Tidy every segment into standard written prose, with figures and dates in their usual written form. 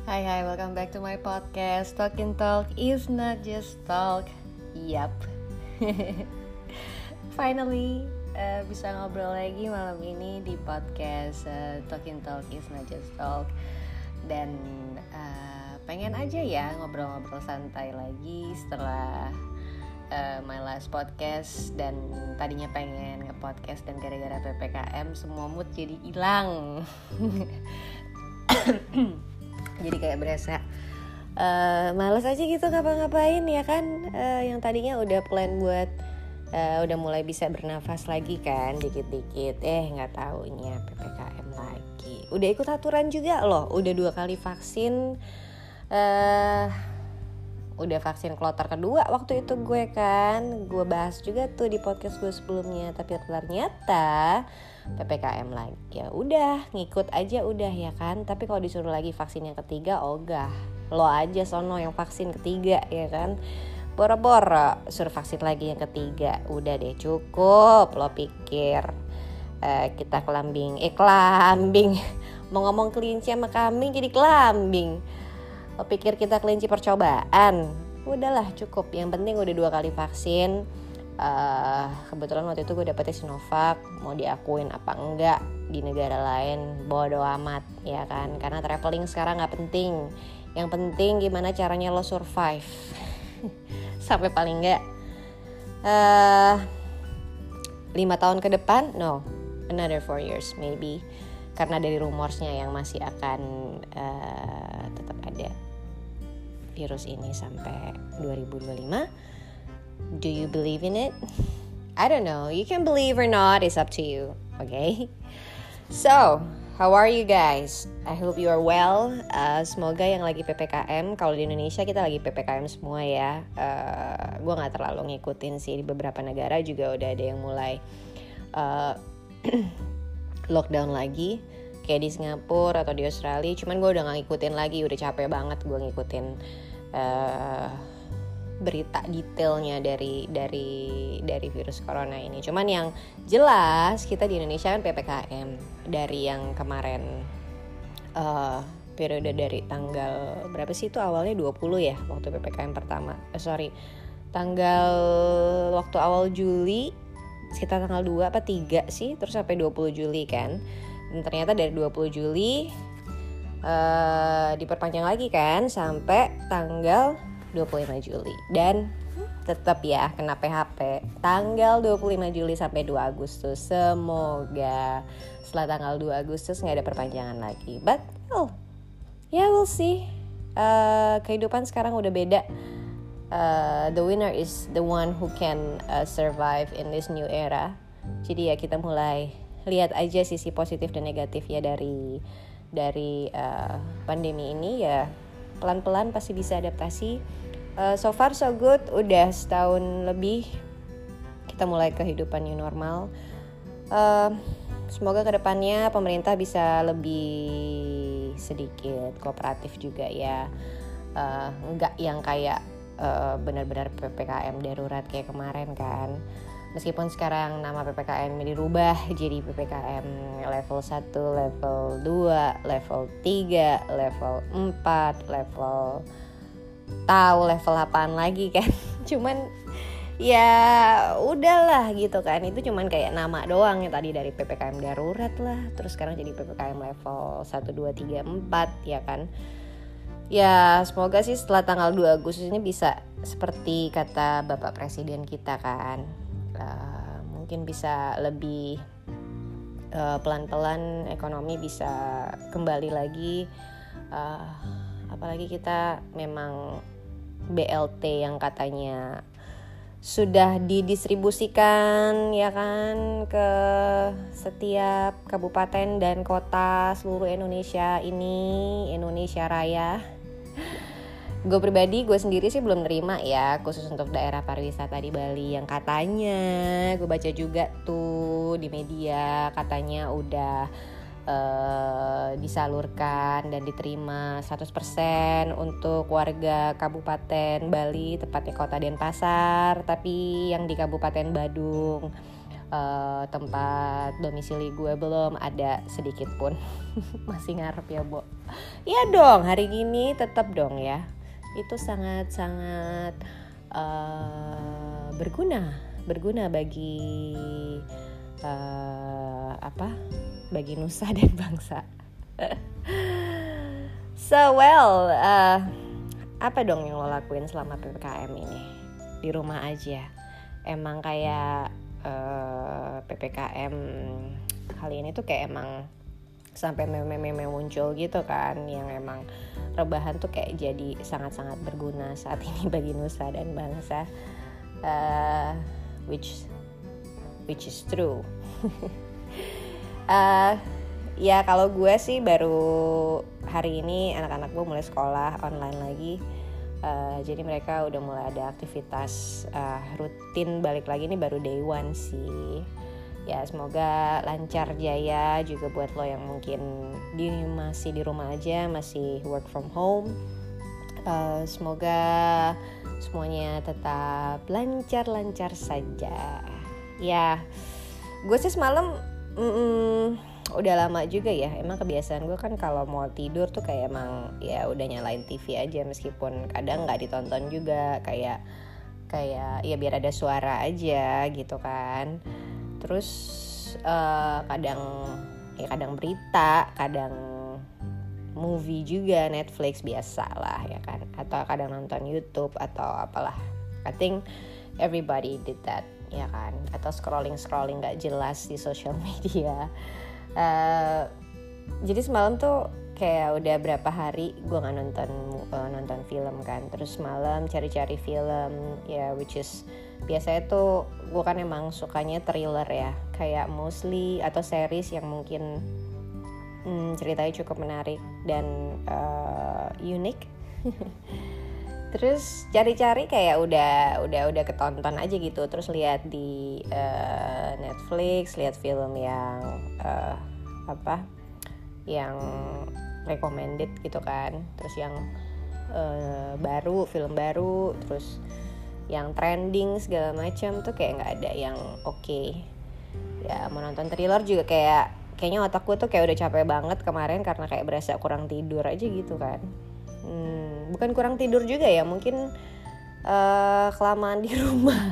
Hai, welcome back to my podcast. Talking Talk is not just talk. Yup. Finally, bisa ngobrol lagi malam ini di podcast Talking Talk is not just talk. Dan pengen aja ya ngobrol-ngobrol santai lagi setelah my last podcast. Dan tadinya pengen nge-podcast dan gara-gara PPKM semua mood jadi hilang. Jadi kayak berasa malas aja gitu ngapa-ngapain ya kan. Yang tadinya udah plan buat udah mulai bisa bernafas lagi kan dikit-dikit, nggak taunya PPKM lagi. Udah ikut aturan juga loh, udah 2 kali vaksin. Udah vaksin kloter kedua waktu itu gue bahas juga tuh di podcast gue sebelumnya. Tapi ternyata PPKM lagi, ya udah ngikut aja udah ya kan. Tapi kalau disuruh lagi vaksin yang ketiga, ogah lo aja sono yang vaksin ketiga ya kan. Boro-boro suruh vaksin lagi yang ketiga, udah deh cukup. Lo pikir kita kelambing mau ngomong kelinci sama kambing jadi kelambing. Lo pikir kita kelinci percobaan? Udahlah cukup, yang penting udah 2 kali vaksin. Kebetulan waktu itu gue dapetnya Sinovac. Mau diakuin apa enggak di negara lain bodo amat ya kan, karena traveling sekarang gak penting. Yang penting gimana caranya lo survive sampai paling enggak 5 tahun ke depan. No, another 4 years maybe, karena dari rumorsnya yang masih akan tetap ada virus ini sampai 2025. Do you believe in it? I don't know. You can believe or not. It's up to you. Okay? So, how are you guys? I hope you are well. Semoga yang lagi PPKM, kalau di Indonesia kita lagi PPKM semua ya. Gue gak terlalu ngikutin sih, di beberapa negara juga udah ada yang mulai lockdown lagi, kayak di Singapura atau di Australia. Cuman gue udah gak ngikutin lagi, udah capek banget gue ngikutin berita detailnya dari virus corona ini. Cuman yang jelas kita di Indonesia kan PPKM dari yang kemarin periode dari tanggal berapa sih itu awalnya 20 ya waktu PPKM pertama. Tanggal waktu awal Juli sekitar tanggal 2 apa 3 sih, terus sampai 20 Juli kan. Dan ternyata dari 20 Juli diperpanjang lagi kan sampai tanggal 25 Juli. Dan tetap ya kena PHP tanggal 25 Juli sampai 2 Agustus. Semoga setelah tanggal 2 Agustus gak ada perpanjangan lagi. But we'll see. Kehidupan sekarang udah beda. The winner is the one who can survive in this new era. Jadi ya kita mulai lihat aja sisi positif dan negatif ya dari pandemi ini ya. Pelan-pelan pasti bisa adaptasi. So far so good, udah setahun lebih kita mulai kehidupan new normal. Semoga kedepannya pemerintah bisa lebih sedikit kooperatif juga ya. Nggak yang kayak benar-benar PPKM darurat kayak kemarin kan. Meskipun sekarang nama PPKM dirubah jadi PPKM level 1, level 2, level 3, level 4, level apaan lagi kan. Cuman ya udahlah gitu kan. Itu cuman kayak nama doang yang tadi dari PPKM darurat lah. Terus sekarang jadi PPKM level 1, 2, 3, 4 ya kan. Ya semoga sih setelah tanggal 2 Agustus ini bisa seperti kata Bapak Presiden kita kan. Mungkin bisa lebih pelan-pelan ekonomi bisa kembali lagi. Apalagi kita memang BLT yang katanya sudah didistribusikan ya kan ke setiap kabupaten dan kota seluruh Indonesia ini, Indonesia Raya. Gue pribadi, gue sendiri sih belum nerima ya, khusus untuk daerah pariwisata di Bali yang katanya, gue baca juga tuh di media, katanya udah disalurkan dan diterima 100% untuk warga Kabupaten Bali, tepatnya Kota Denpasar. Tapi yang di Kabupaten Badung tempat domisili gue belum ada sedikit pun. Masih ngarep ya, Bo. Iya dong, hari gini tetap dong ya. Itu sangat-sangat berguna bagi bagi nusa dan bangsa. So well, apa dong yang lo lakuin selama PPKM ini? Di rumah aja. Emang kayak PPKM kali ini tuh kayak emang sampai meme-meme muncul gitu kan, yang emang rebahan tuh kayak jadi sangat-sangat berguna saat ini bagi nusa dan bangsa, which is true. Ya kalau gue sih baru hari ini anak-anak gue mulai sekolah online lagi, jadi mereka udah mulai ada aktivitas rutin balik lagi, ini baru day one sih. Ya semoga lancar jaya juga buat lo yang mungkin masih di rumah aja, masih work from home. Semoga semuanya tetap lancar-lancar saja. Ya, gue sih semalam udah lama juga ya. Emang kebiasaan gue kan kalau mau tidur tuh kayak emang ya udah nyalain TV aja, meskipun kadang nggak ditonton juga, kayak ya biar ada suara aja gitu kan. Terus kadang berita, kadang movie juga, Netflix biasa lah ya kan, atau kadang nonton YouTube atau apalah. I think everybody did that ya kan, atau scrolling nggak jelas di social media. Jadi semalam tuh kayak udah berapa hari gue nggak nonton film kan, terus malam cari-cari film ya, which is biasanya tuh gue kan emang sukanya thriller ya, kayak mostly atau series yang mungkin ceritanya cukup menarik dan unik. Terus cari-cari kayak udah ketonton aja gitu, terus lihat di Netflix, lihat film yang yang recommended gitu kan, terus yang film baru, terus yang trending segala macam tuh kayak nggak ada yang oke. Ya mau nonton thriller juga kayaknya otak gue tuh kayak udah capek banget kemarin karena kayak berasa kurang tidur aja gitu kan. Bukan kurang tidur juga ya, mungkin kelamaan di rumah.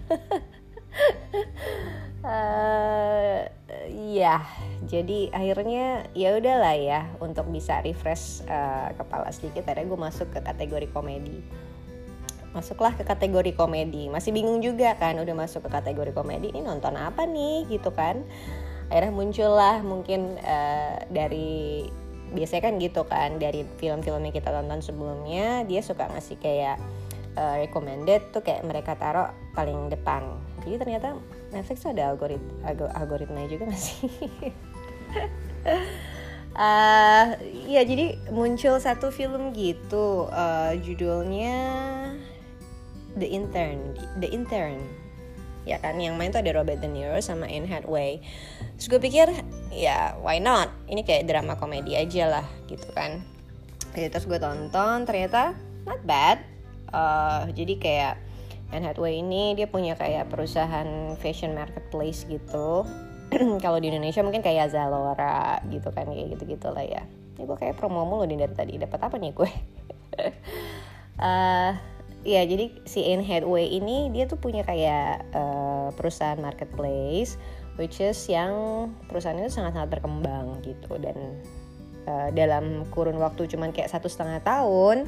Ya, jadi akhirnya ya udahlah ya, untuk bisa refresh kepala sedikit, akhirnya gue masuk ke kategori komedi. Masuklah ke kategori komedi, masih bingung juga kan, udah masuk ke kategori komedi, ini nonton apa nih gitu kan. Akhirnya muncullah mungkin dari, biasanya kan gitu kan, dari film-film yang kita tonton sebelumnya, dia suka ngasih kayak recommended tuh, kayak mereka taruh paling depan. Jadi ternyata Netflix tuh ada algoritmanya juga gak sih? Ya jadi muncul satu film gitu, judulnya The Intern ya kan, yang main tuh ada Robert De Niro sama Anne Hathaway. Terus gue pikir ya why not, ini kayak drama komedi aja lah gitu kan. Terus gue tonton, ternyata not bad. Jadi kayak Anne Hathaway ini dia punya kayak perusahaan fashion marketplace gitu. Kalau di Indonesia mungkin kayak Zalora gitu kan, kayak gitu-gitu lah ya. Ini gue kayak promo mulu nih dari tadi, dapat apa nih gue? Ya jadi si Anne Hathaway ini dia tuh punya kayak perusahaan marketplace, which is yang perusahaan itu sangat-sangat berkembang gitu, dan dalam kurun waktu cuman kayak 1,5 tahun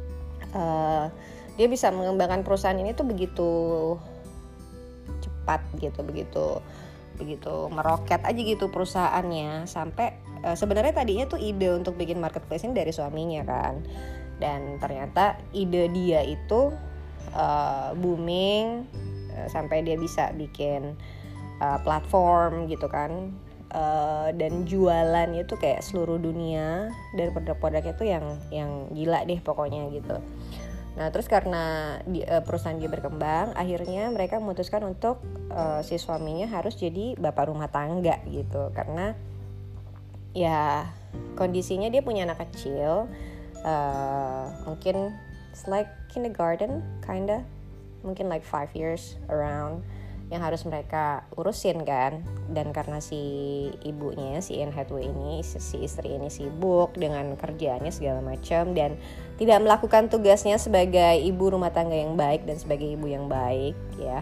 dia bisa mengembangkan perusahaan ini tuh begitu cepat gitu, begitu meroket aja gitu perusahaannya, sampai sebenarnya tadinya tuh ide untuk bikin marketplace ini dari suaminya kan. Dan ternyata ide dia itu booming sampai dia bisa bikin platform gitu kan, dan jualannya tuh kayak seluruh dunia, dan produk-produknya tuh yang gila deh pokoknya gitu. Nah terus karena perusahaan dia berkembang, akhirnya mereka memutuskan untuk si suaminya harus jadi bapak rumah tangga gitu, karena ya kondisinya dia punya anak kecil. Mungkin it's like kindergarten kinda, mungkin like 5 years around, yang harus mereka urusin kan. Dan karena si ibunya, si Anne Hathaway ini, si istri ini sibuk dengan kerjaannya segala macam dan tidak melakukan tugasnya sebagai ibu rumah tangga yang baik dan sebagai ibu yang baik ya.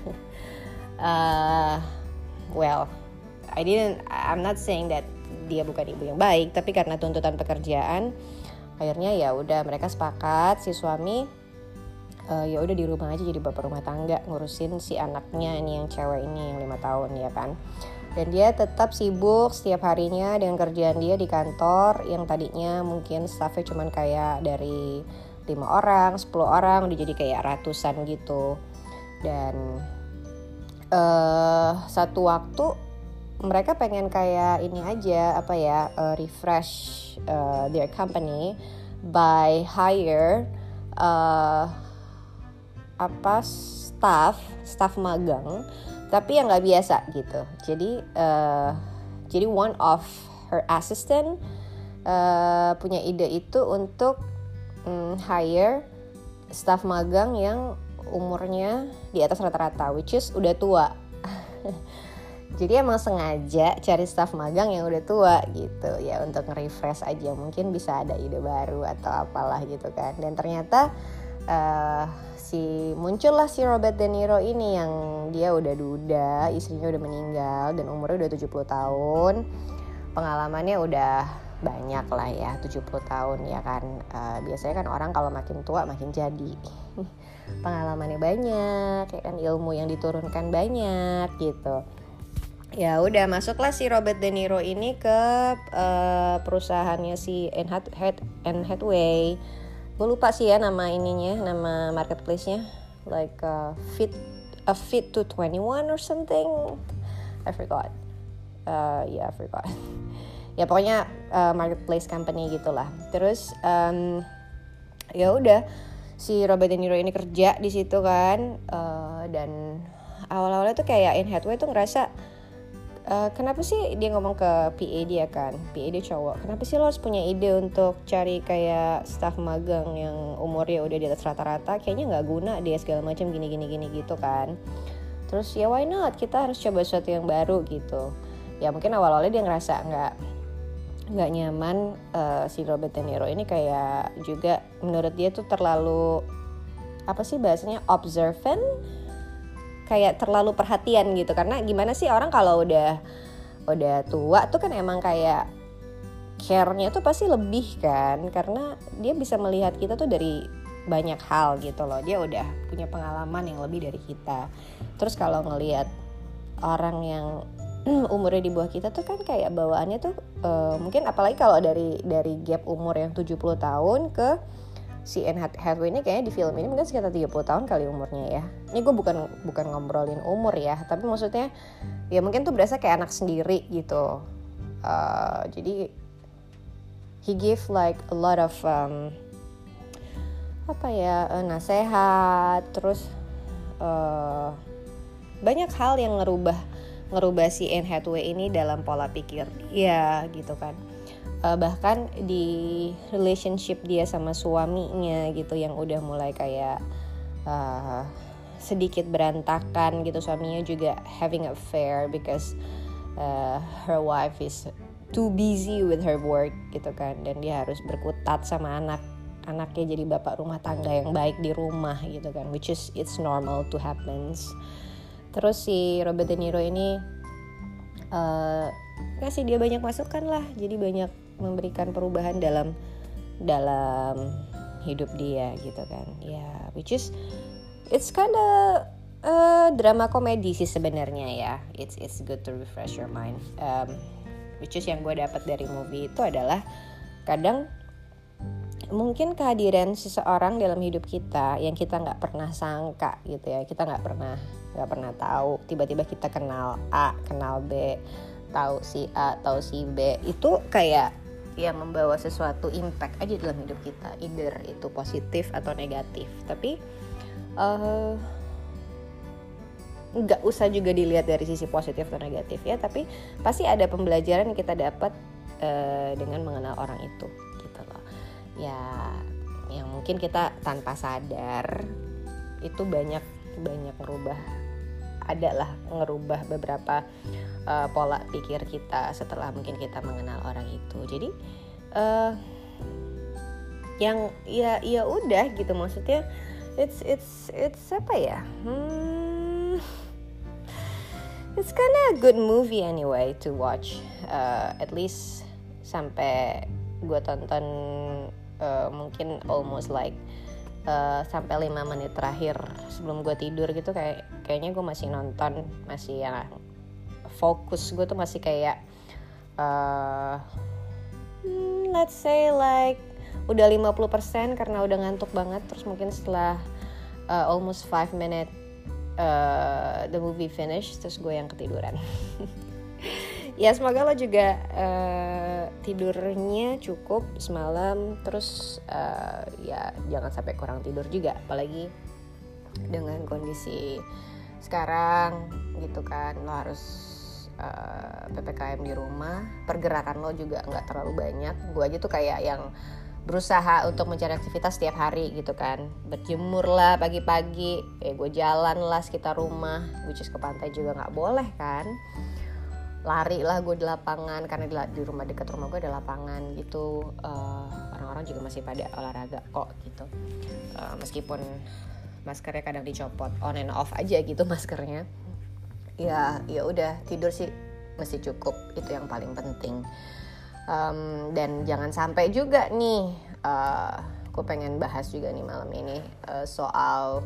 Well, I'm not saying that dia bukan ibu yang baik, tapi karena tuntutan pekerjaan akhirnya ya udah mereka sepakat si suami ya udah di rumah aja jadi bapak rumah tangga ngurusin si anaknya ini yang cewek ini yang 5 tahun ya kan. Dan dia tetap sibuk setiap harinya dengan kerjaan dia di kantor yang tadinya mungkin staffnya cuman kayak dari 5 orang, 10 orang udah jadi kayak ratusan gitu. Dan satu waktu mereka pengen kayak ini aja refresh their company by hire staff magang tapi yang nggak biasa gitu. Jadi one of her assistant punya ide itu untuk hire staff magang yang umurnya di atas rata-rata, which is udah tua. Jadi emang sengaja cari staff magang yang udah tua gitu ya untuk nge-refresh aja, mungkin bisa ada ide baru atau apalah gitu kan. Dan ternyata muncullah si Robert De Niro ini yang dia udah duda, istrinya udah meninggal dan umurnya udah 70 tahun. Pengalamannya udah banyak lah ya, 70 tahun ya kan. Biasanya kan orang kalau makin tua makin jadi. Pengalamannya banyak, ya kan, ilmu yang diturunkan banyak gitu. Ya udah masuklah si Robert De Niro ini ke perusahaannya si Anne Hathaway. Gue lupa sih ya nama marketplace-nya, like Fit to 21 or something. I forgot. I forgot. Ya pokoknya marketplace company gitulah. Terus ya udah si Robert De Niro ini kerja di situ kan, dan awal-awalnya tuh kayak Anne Hathaway tuh ngerasa kenapa sih dia ngomong ke PA dia kan, PA dia cowok, kenapa sih lo harus punya ide untuk cari kayak staff magang yang umurnya udah di atas rata-rata, kayaknya nggak guna dia segala macam gini gitu kan. Terus ya why not, kita harus coba sesuatu yang baru gitu. Ya mungkin awal-awalnya dia ngerasa nggak nyaman, si Robert De Niro ini kayak juga menurut dia tuh terlalu observant, kayak terlalu perhatian gitu. Karena gimana sih orang kalau udah tua tuh kan emang kayak care-nya tuh pasti lebih kan, karena dia bisa melihat kita tuh dari banyak hal gitu loh. Dia udah punya pengalaman yang lebih dari kita. Terus kalau ngelihat orang yang umurnya di bawah kita tuh kan kayak bawaannya tuh mungkin apalagi kalau dari gap umur yang 70 tahun ke si Anne Hathaway ini kayaknya di film ini mungkin sekitar 30 tahun kali umurnya ya. Ini gue bukan ngobrolin umur ya, tapi maksudnya ya mungkin tuh berasa kayak anak sendiri gitu. Jadi he gave like a lot of nasehat, terus banyak hal yang ngerubah si Anne Hathaway ini dalam pola pikir dia gitu kan. Bahkan di relationship dia sama suaminya gitu yang udah mulai kayak sedikit berantakan gitu. Suaminya juga having affair because her wife is too busy with her work gitu kan, dan dia harus berkutat sama anaknya jadi bapak rumah tangga yang baik di rumah gitu kan, which is it's normal to happens. Terus si Robert De Niro ini kasih dia banyak masukan lah, jadi banyak memberikan perubahan dalam hidup dia gitu kan ya, which is it's kinda drama komedi sih sebenarnya ya. It's good to refresh your mind, which is yang gue dapat dari movie itu adalah kadang mungkin kehadiran seseorang dalam hidup kita yang kita nggak pernah sangka gitu ya, kita nggak pernah tahu, tiba-tiba kita kenal A, kenal B, tahu si A, tahu si B, itu kayak ya membawa sesuatu impact aja dalam hidup kita, either itu positif atau negatif. Tapi nggak usah juga dilihat dari sisi positif atau negatif ya, tapi pasti ada pembelajaran yang kita dapat dengan mengenal orang itu gitu loh ya, yang mungkin kita tanpa sadar itu banyak merubah ada lah ngerubah beberapa pola pikir kita setelah mungkin kita mengenal orang itu. Jadi yang ya udah gitu, maksudnya it's apa ya? It's kinda a good movie anyway to watch, at least sampai gue tonton mungkin almost like sampai 5 menit terakhir sebelum gue tidur gitu, kayaknya gue masih nonton, masih yang fokus gue tuh masih kayak let's say like udah 50% karena udah ngantuk banget. Terus mungkin setelah almost 5 minutes the movie finish, terus gue yang ketiduran. Ya semoga lo juga tidurnya cukup semalam. Terus ya jangan sampai kurang tidur juga, apalagi dengan kondisi sekarang gitu kan. Lo harus PPKM di rumah, pergerakan lo juga gak terlalu banyak. Gue aja tuh kayak yang berusaha untuk mencari aktivitas setiap hari gitu kan. Berjemur lah pagi-pagi, gue jalan lah sekitar rumah, which is ke pantai juga gak boleh kan. Lari lah gue di lapangan, karena di rumah, dekat rumah gue ada lapangan gitu. Orang-orang juga masih pada olahraga kok gitu. Meskipun maskernya kadang dicopot, on and off aja gitu maskernya. Ya udah, tidur sih masih cukup, itu yang paling penting. Dan jangan sampai juga nih, gue pengen bahas juga nih malam ini soal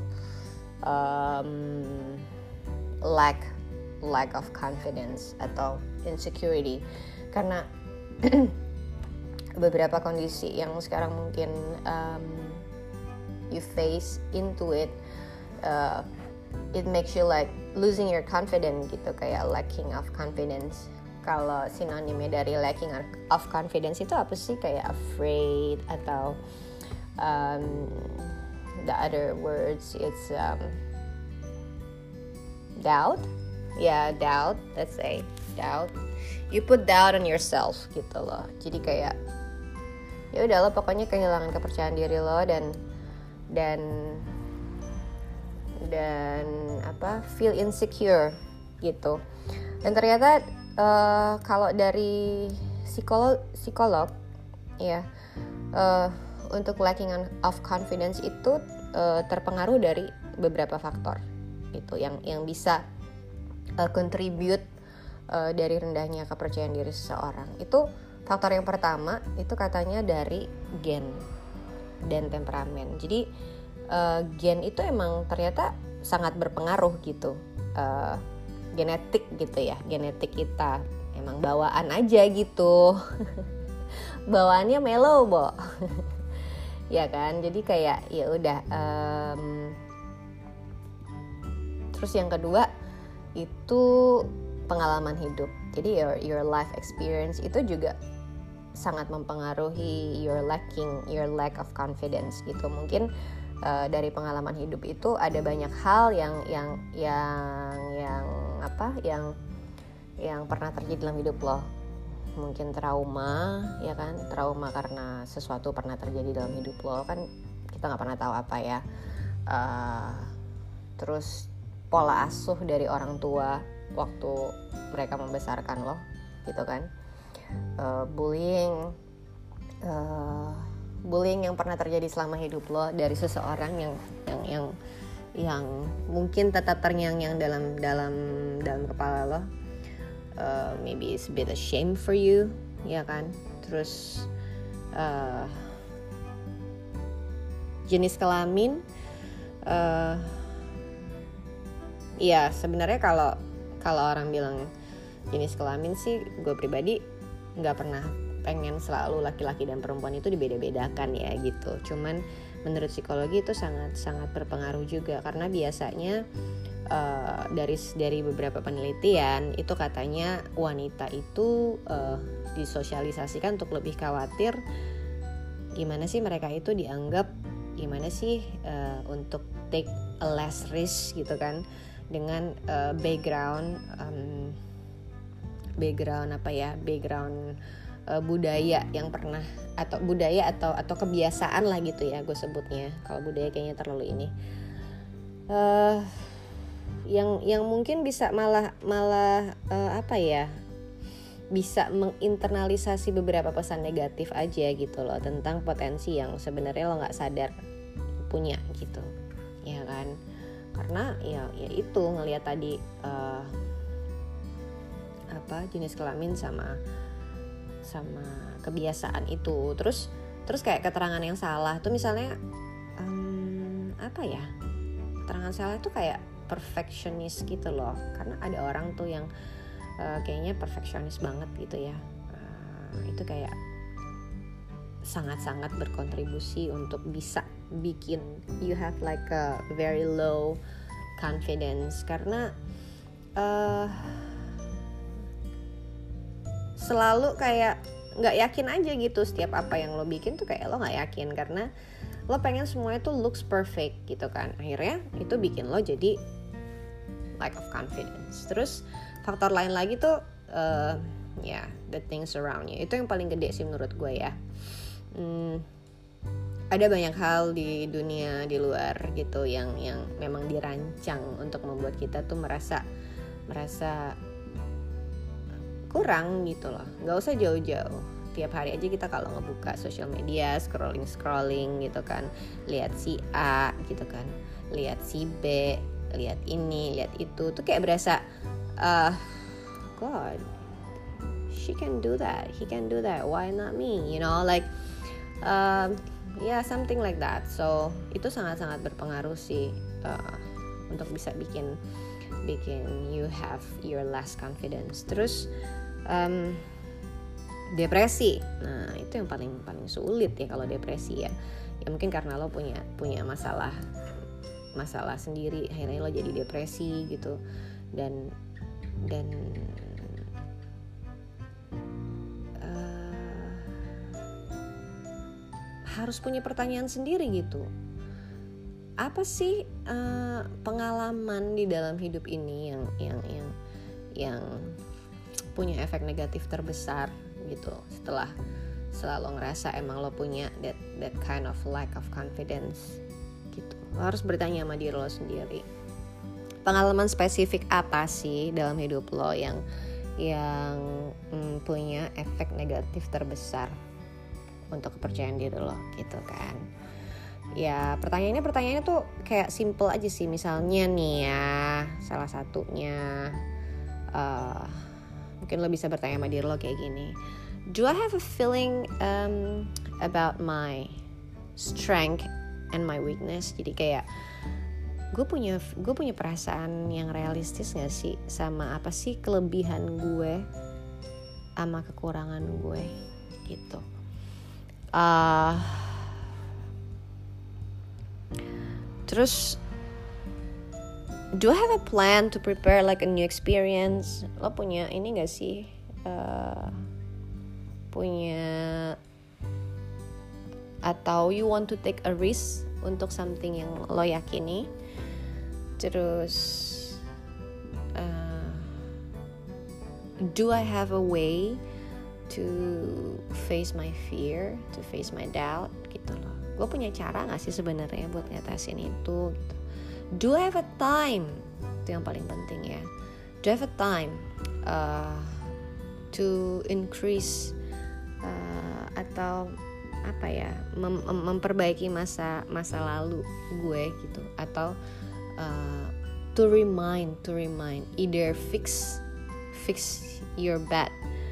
lack of confidence atau insecurity, karena beberapa kondisi yang sekarang mungkin you face into it, it makes you like losing your confidence gitu, kayak lacking of confidence. Kalau sinonimnya dari lacking of confidence itu apa sih? Kayak afraid atau the other words it's doubt. Ya, doubt, let's say doubt. You put doubt on yourself gitu loh. Jadi kayak ya udah lo pokoknya kehilangan kepercayaan diri lo dan feel insecure gitu. Dan ternyata kalau dari psikolog ya, untuk lacking of confidence itu terpengaruh dari beberapa faktor gitu yang bisa contribute dari rendahnya kepercayaan diri seseorang. Itu faktor yang pertama itu katanya dari gen dan temperamen. Jadi gen itu emang ternyata sangat berpengaruh gitu. Genetik gitu ya, genetik kita emang bawaan aja gitu. Bawaannya mellow, Bo. Ya kan, jadi kayak ya udah. Terus yang kedua itu pengalaman hidup. Jadi your life experience itu juga sangat mempengaruhi your lack of confidence gitu. Mungkin dari pengalaman hidup itu ada banyak hal yang pernah terjadi dalam hidup lo. Mungkin trauma, ya kan, trauma karena sesuatu pernah terjadi dalam hidup lo, kan kita nggak pernah tahu apa ya. Terus pola asuh dari orang tua waktu mereka membesarkan lo gitu kan. Bullying yang pernah terjadi selama hidup lo dari seseorang yang mungkin tetap terngiang-ngiang dalam kepala lo. Maybe it's a bit of shame for you, ya kan. Terus jenis kelamin, ya sebenarnya kalau orang bilang jenis kelamin sih, gue pribadi nggak pernah pengen selalu laki-laki dan perempuan itu dibeda-bedakan ya gitu. Cuman menurut psikologi itu sangat berpengaruh juga, karena biasanya dari beberapa penelitian itu katanya wanita itu disosialisasikan untuk lebih khawatir gimana sih mereka itu dianggap, gimana sih untuk take a less risk gitu kan, dengan background budaya yang pernah, atau budaya atau kebiasaan lah gitu ya gue sebutnya. Kalau budaya kayaknya terlalu ini. yang mungkin bisa malah bisa menginternalisasi beberapa pesan negatif aja gitu loh, tentang potensi yang sebenarnya lo nggak sadar punya gitu, ya kan? Karena ya itu ngelihat tadi jenis kelamin sama kebiasaan itu, terus kayak keterangan yang salah tuh misalnya keterangan salah itu kayak perfectionist gitu loh, karena ada orang tuh yang kayaknya perfectionist banget gitu ya, itu kayak sangat-sangat berkontribusi untuk bisa bikin you have like a very low confidence, karena selalu kayak nggak yakin aja gitu, setiap apa yang lo bikin tuh kayak lo nggak yakin, karena lo pengen semuanya tuh looks perfect gitu kan, akhirnya itu bikin lo jadi lack of confidence. Terus faktor lain lagi tuh the things around you, itu yang paling gede sih menurut gue ya. Ada banyak hal di dunia di luar gitu yang memang dirancang untuk membuat kita tuh merasa kurang gitu loh. Nggak usah jauh-jauh, tiap hari aja kita kalau ngebuka sosial media, scrolling gitu kan, lihat si A gitu kan, lihat si B, lihat ini, lihat itu, tuh kayak berasa God, she can do that, he can do that, why not me, you know, like something like that. So itu sangat-sangat berpengaruh sih untuk bisa bikin you have your less confidence. Terus depresi, nah itu yang paling sulit ya kalau depresi ya mungkin karena lo punya masalah sendiri, akhirnya lo jadi depresi gitu, dan harus punya pertanyaan sendiri gitu, apa sih pengalaman di dalam hidup ini yang punya efek negatif terbesar gitu, setelah lo ngerasa emang lo punya that kind of lack of confidence gitu. Lo harus bertanya sama diri lo sendiri, pengalaman spesifik apa sih dalam hidup lo yang punya efek negatif terbesar untuk kepercayaan diri lo gitu kan. Ya pertanyaannya tuh kayak simple aja sih, misalnya nih ya, salah satunya mungkin lo bisa bertanya sama diri lo kayak gini, do I have a feeling about my strength and my weakness? Jadi kayak gue punya perasaan yang realistis gak sih sama apa sih kelebihan gue sama kekurangan gue gitu. Terus do I have a plan to prepare like a new experience? Lo punya ini gak sih? Atau you want to take a risk untuk something yang lo yakini? Terus do I have a way to face my fear, to face my doubt gitu loh. Gue punya cara gak sih sebenarnya buat ngatasin itu gitu. Do I have a time? Itu yang paling penting ya. Do I have a time to increase atau memperbaiki masa lalu gue gitu, atau to remind either fix your bad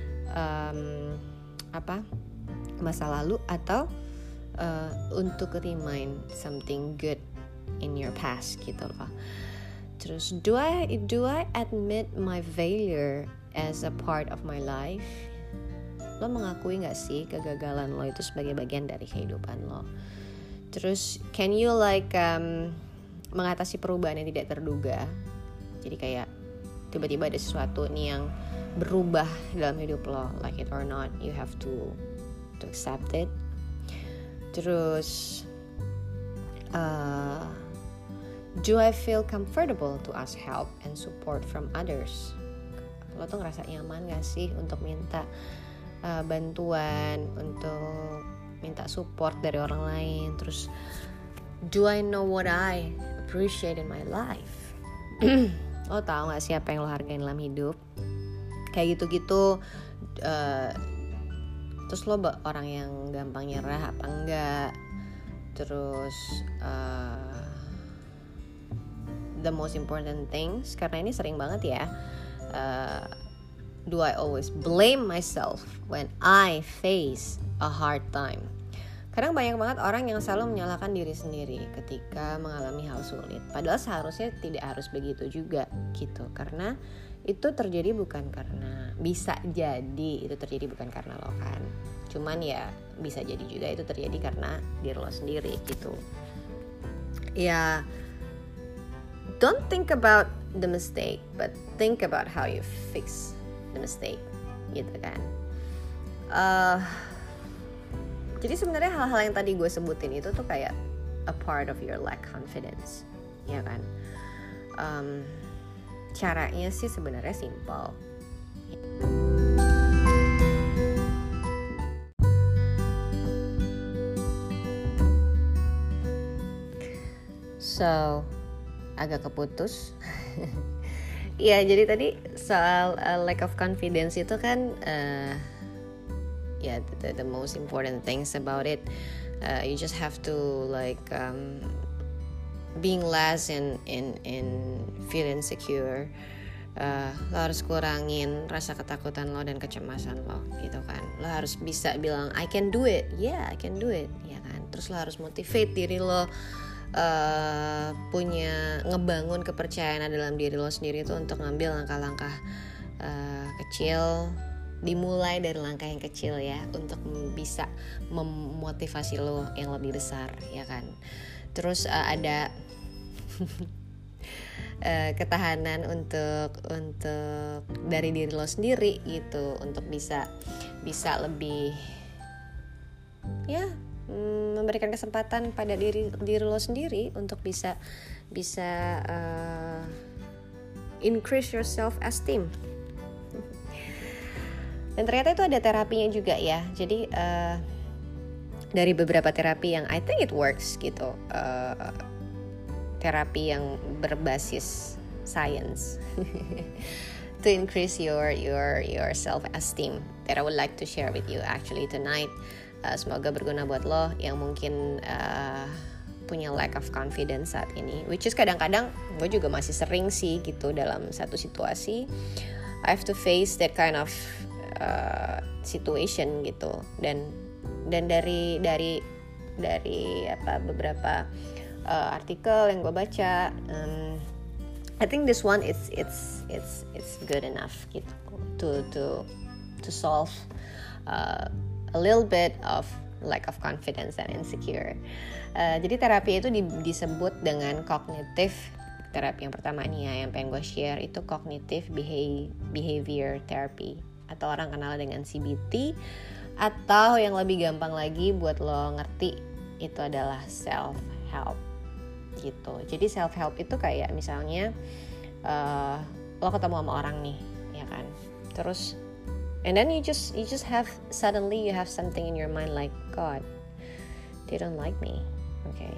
masa lalu, atau untuk remind something good in your past gitu loh. Terus do I admit my failure as a part of my life? Lo mengakui gak sih kegagalan lo itu sebagai bagian dari kehidupan lo? Terus can you mengatasi perubahan yang tidak terduga? Jadi kayak tiba-tiba ada sesuatu nih yang berubah dalam hidup lo, like it or not, you have to accept it. Terus do I feel comfortable to ask help and support from others? Lo tuh ngerasa nyaman gak sih untuk minta bantuan, untuk minta support dari orang lain? Terus do I know what I appreciate in my life? Lo tahu gak sih apa yang lo hargain dalam hidup? Kayak gitu-gitu. Terus lo orang yang gampang nyerah apa enggak? Terus the most important things, karena ini sering banget ya, do I always blame myself when I face a hard time? Kadang banyak banget orang yang selalu menyalahkan diri sendiri ketika mengalami hal sulit. Padahal seharusnya tidak harus begitu juga gitu. Karena itu terjadi bukan karena, bisa jadi itu terjadi bukan karena lo kan. Cuman ya bisa jadi juga itu terjadi karena diri lo sendiri gitu. Ya, don't think about the mistake, but think about how you fix the mistake gitu kan. Jadi sebenarnya hal-hal yang tadi gue sebutin itu tuh kayak a part of your lack confidence, ya kan. Caranya sih sebenarnya simple. So, agak keputus. Ya, jadi tadi soal lack of confidence itu kan the most important things about it, you just have to like being less in feel insecure. Lo harus kurangin rasa ketakutan lo dan kecemasan lo gitu kan. Lo harus bisa bilang I can do it, I can do it, ya kan. Terus lo harus motivate diri lo, ngebangun kepercayaan dalam diri lo sendiri itu untuk ngambil langkah-langkah kecil. Dimulai dari langkah yang kecil ya, untuk bisa memotivasi lo yang lebih besar, ya kan. Terus ada ketahanan untuk dari diri lo sendiri gitu, untuk bisa lebih memberikan kesempatan pada diri lo sendiri untuk bisa increase your self esteem. Dan ternyata itu ada terapinya juga ya. Jadi dari beberapa terapi yang I think it works gitu, terapi yang berbasis science to increase your self esteem that I would like to share with you actually tonight. Semoga berguna buat lo yang mungkin punya lack of confidence saat ini, which is kadang-kadang gue juga masih sering sih gitu dalam satu situasi I have to face that kind of situation gitu. Dan dari beberapa artikel yang gue baca, I think this one it's good enough gitu to solve a little bit of lack of confidence and insecure. Jadi terapi itu disebut dengan cognitive terapi. Yang pertama nih ya, yang pengen gue share itu cognitive behavior therapy, atau orang kenal dengan CBT, atau yang lebih gampang lagi buat lo ngerti itu adalah self help gitu. Jadi self help itu kayak misalnya lo ketemu sama orang nih, ya kan. Terus and then you just have suddenly you have something in your mind like, God, they don't like me. Okay.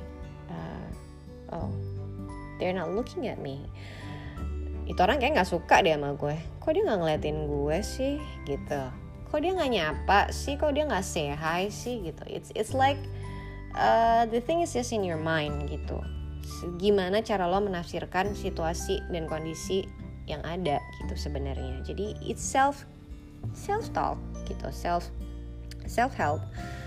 They're not looking at me. Itu orang kayak gak suka deh sama gue. Kok dia gak ngeliatin gue sih gitu. Kok dia gak nyapa sih. Kok dia gak say hi sih gitu. It's like the thing is just in your mind gitu. Gimana cara lo menafsirkan situasi dan kondisi yang ada gitu sebenarnya. Jadi it's self talk gitu. Self help.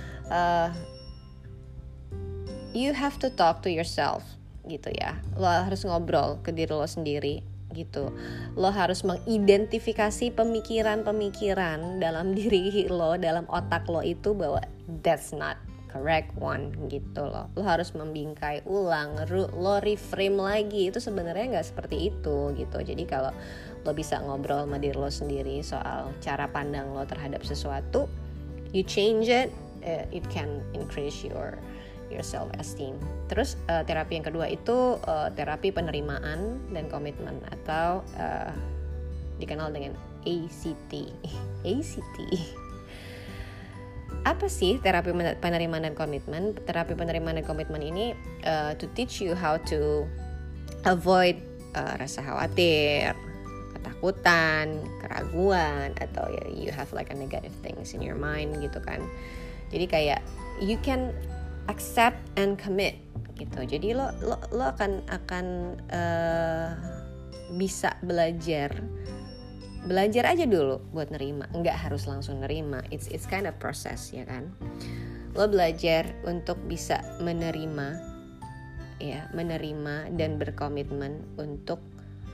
You have to talk to yourself gitu ya. Lo harus ngobrol ke diri lo sendiri gitu. Lo harus mengidentifikasi pemikiran-pemikiran dalam diri lo, dalam otak lo itu bahwa that's not correct one gitu loh. Lo harus membingkai ulang, lo reframe lagi, itu sebenarnya nggak seperti itu gitu. Jadi kalau lo bisa ngobrol sama diri lo sendiri soal cara pandang lo terhadap sesuatu, you change it, it can increase your self esteem. Terus terapi yang kedua itu terapi penerimaan dan komitmen, atau dikenal dengan ACT. ACT. Apa sih terapi penerimaan dan komitmen? Terapi penerimaan dan komitmen ini to teach you how to avoid rasa khawatir, ketakutan, keraguan, atau you have like a negative things in your mind gitu kan. Jadi kayak you can accept and commit gitu. Jadi lo akan bisa belajar aja dulu buat nerima. Enggak harus langsung nerima. It's kind of process ya kan. Lo belajar untuk bisa menerima dan berkomitmen untuk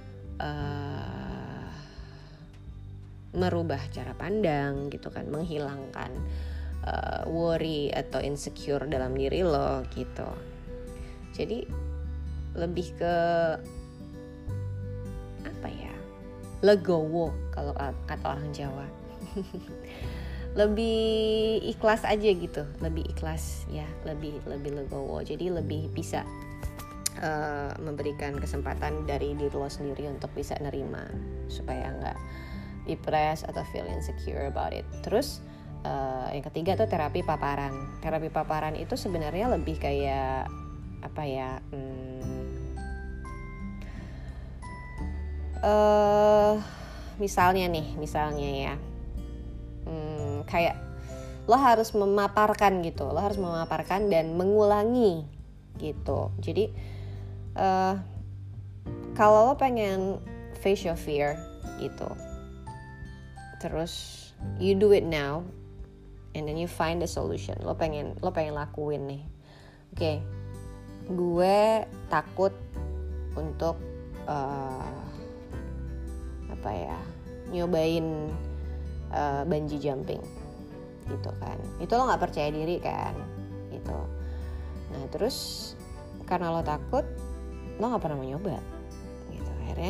merubah cara pandang gitu kan, menghilangkan worry atau insecure dalam diri lo gitu. Jadi lebih ke apa ya, legowo kalau kata orang Jawa. Lebih ikhlas aja gitu, lebih ikhlas ya, lebih legowo. Jadi lebih bisa memberikan kesempatan dari diri lo sendiri untuk bisa nerima, supaya nggak depressed atau feel insecure about it. Terus yang ketiga tuh terapi paparan. Terapi paparan itu sebenarnya lebih kayak apa ya? Misalnya ya, kayak lo harus memaparkan gitu, lo harus memaparkan dan mengulangi gitu. Jadi kalau lo pengen face your fear gitu, terus you do it now and then you find the solution. Lo pengen lakuin nih. Oke, gue takut untuk nyobain bungee jumping gitu kan. Itu lo nggak percaya diri kan gitu. Nah terus karena lo takut, lo nggak pernah mau nyoba gitu akhirnya,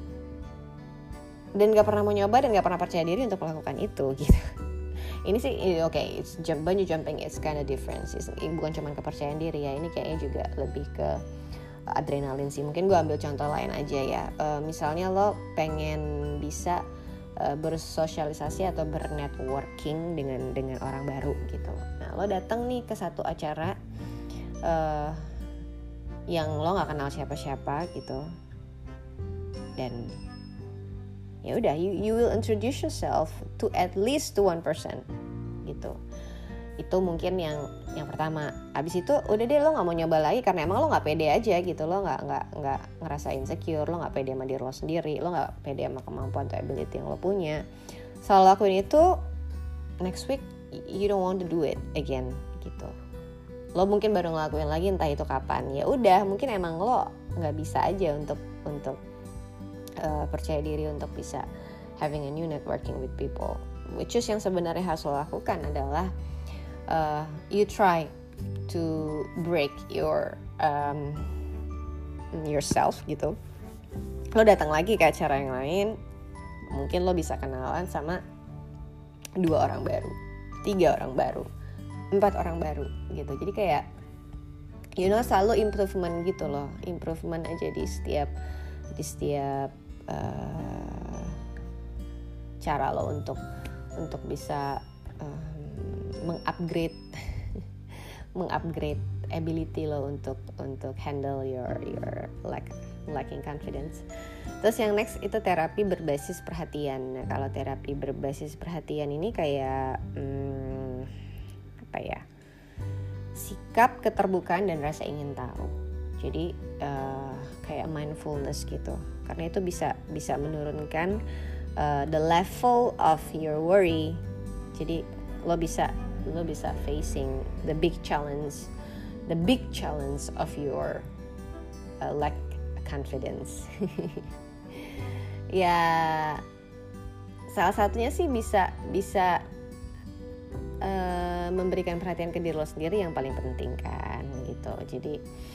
dan nggak pernah mau nyoba dan nggak pernah percaya diri untuk melakukan itu gitu. Ini sih bungee jumping is kind of different. Bukan cuma kepercayaan diri ya, ini kayaknya juga lebih ke adrenalin sih. Mungkin gue ambil contoh lain aja ya. Misalnya lo pengen bisa bersosialisasi atau bernetworking dengan orang baru gitu. Nah lo datang nih ke satu acara yang lo nggak kenal siapa-siapa gitu, dan ya udah you will introduce yourself to at least to one person gitu. Itu mungkin yang pertama. Abis itu udah deh, lo nggak mau nyoba lagi karena emang lo nggak pede aja gitu. Lo nggak ngerasa insecure, lo nggak pede sama diri lo sendiri, lo nggak pede sama kemampuan atau ability yang lo punya. Selalu lakuin itu, next week you don't want to do it again gitu. Lo mungkin baru ngelakuin lagi entah itu kapan. Ya udah, mungkin emang lo nggak bisa aja untuk percaya diri untuk bisa having a new networking with people. Which is yang sebenarnya harus lo lakukan adalah you try to break yourself gitu. Lo datang lagi ke acara yang lain, mungkin lo bisa kenalan sama 2 orang baru, 3 orang baru, 4 orang baru gitu. Jadi kayak selalu improvement gitu loh, improvement aja di setiap cara lo untuk bisa mengupgrade ability lo untuk handle your lacking confidence. Terus yang next itu terapi berbasis perhatian. Nah, kalau terapi berbasis perhatian ini kayak sikap keterbukaan dan rasa ingin tahu. Jadi kayak mindfulness gitu. Karena itu bisa menurunkan the level of your worry. Jadi lo bisa facing the big challenge of your lack confidence. Ya salah satunya sih bisa memberikan perhatian ke diri lo sendiri yang paling penting kan gitu. Jadi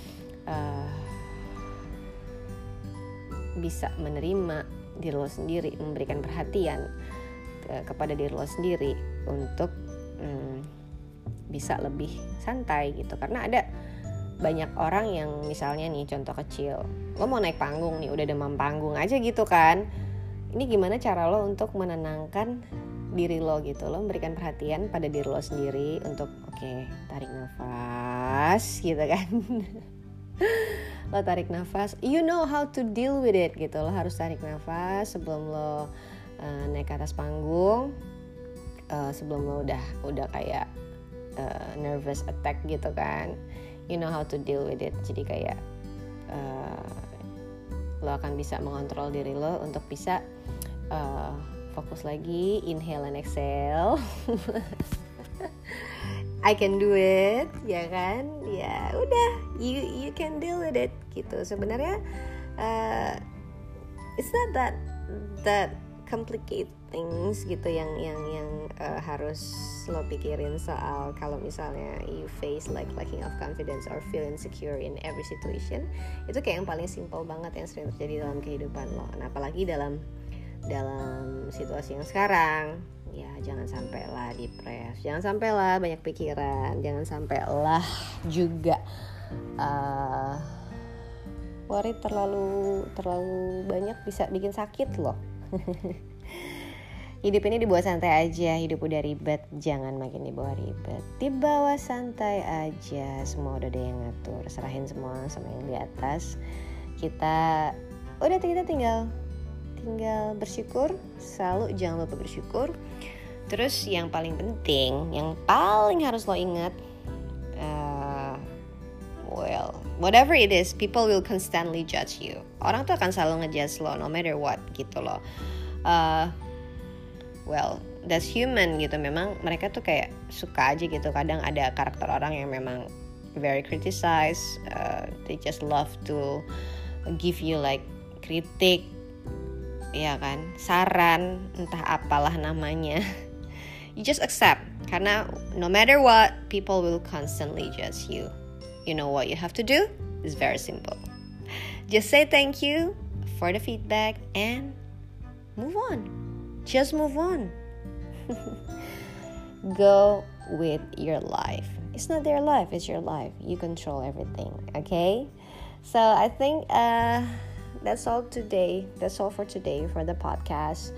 bisa menerima diri lo sendiri, memberikan perhatian kepada diri lo sendiri untuk bisa lebih santai gitu. Karena ada banyak orang yang misalnya nih, contoh kecil, lo mau naik panggung nih, udah demam panggung aja gitu kan. Ini gimana cara lo untuk menenangkan diri lo gitu, lo memberikan perhatian pada diri lo sendiri untuk tarik nafas gitu kan. lo tarik nafas, you know how to deal with it gitu. Lo harus tarik nafas sebelum lo naik ke atas panggung, sebelum lo udah kayak nervous attack gitu kan. You know how to deal with it. Jadi kayak lo akan bisa mengontrol diri lo untuk bisa fokus lagi, inhale and exhale. I can do it, ya kan? Ya udah, you can deal with it gitu. Sebenarnya it's not that complicated things gitu yang harus lo pikirin soal kalau misalnya you face like lacking of confidence or feel insecure in every situation. Itu kayak yang paling simple banget yang sering terjadi dalam kehidupan lo. Nah, apalagi dalam situasi yang sekarang. Ya jangan sampailah depres, jangan sampailah banyak pikiran, jangan sampailah juga worry terlalu banyak, bisa bikin sakit loh. Hidup ini dibawa santai aja, hidup udah ribet, jangan makin dibawa ribet. Dibawa santai aja, semua udah ada yang ngatur, serahin semua sama yang di atas. Kita tinggal bersyukur, selalu jangan lupa bersyukur. Terus yang paling penting, yang paling harus lo ingat, whatever it is, people will constantly judge you. Orang tuh akan selalu ngejudge lo, no matter what gitu loh. That's human gitu. Memang mereka tuh kayak suka aja gitu. Kadang ada karakter orang yang memang very criticize, they just love to give you like kritik, ya kan, saran, entah apalah namanya. You just accept, karena no matter what, people will constantly judge you. You know what you have to do? It's very simple. Just say thank you for the feedback and move on. Just move on. Go with your life. It's not their life, it's your life. You control everything, okay? So I think that's all today. That's all for today for the podcast.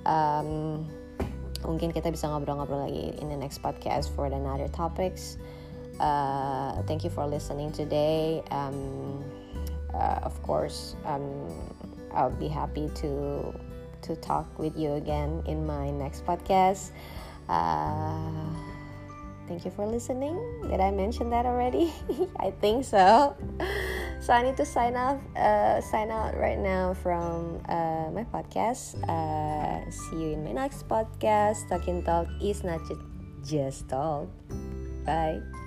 Mungkin kita bisa ngobrol-ngobrol lagi in the next podcast for another topics. Thank you for listening today. Of course, I'll be happy to talk with you again in my next podcast. Thank you for listening. Did I mention that already? I think so. So I need to sign out right now from my podcast. See you in my next podcast. Talking Talk is not just talk. Bye.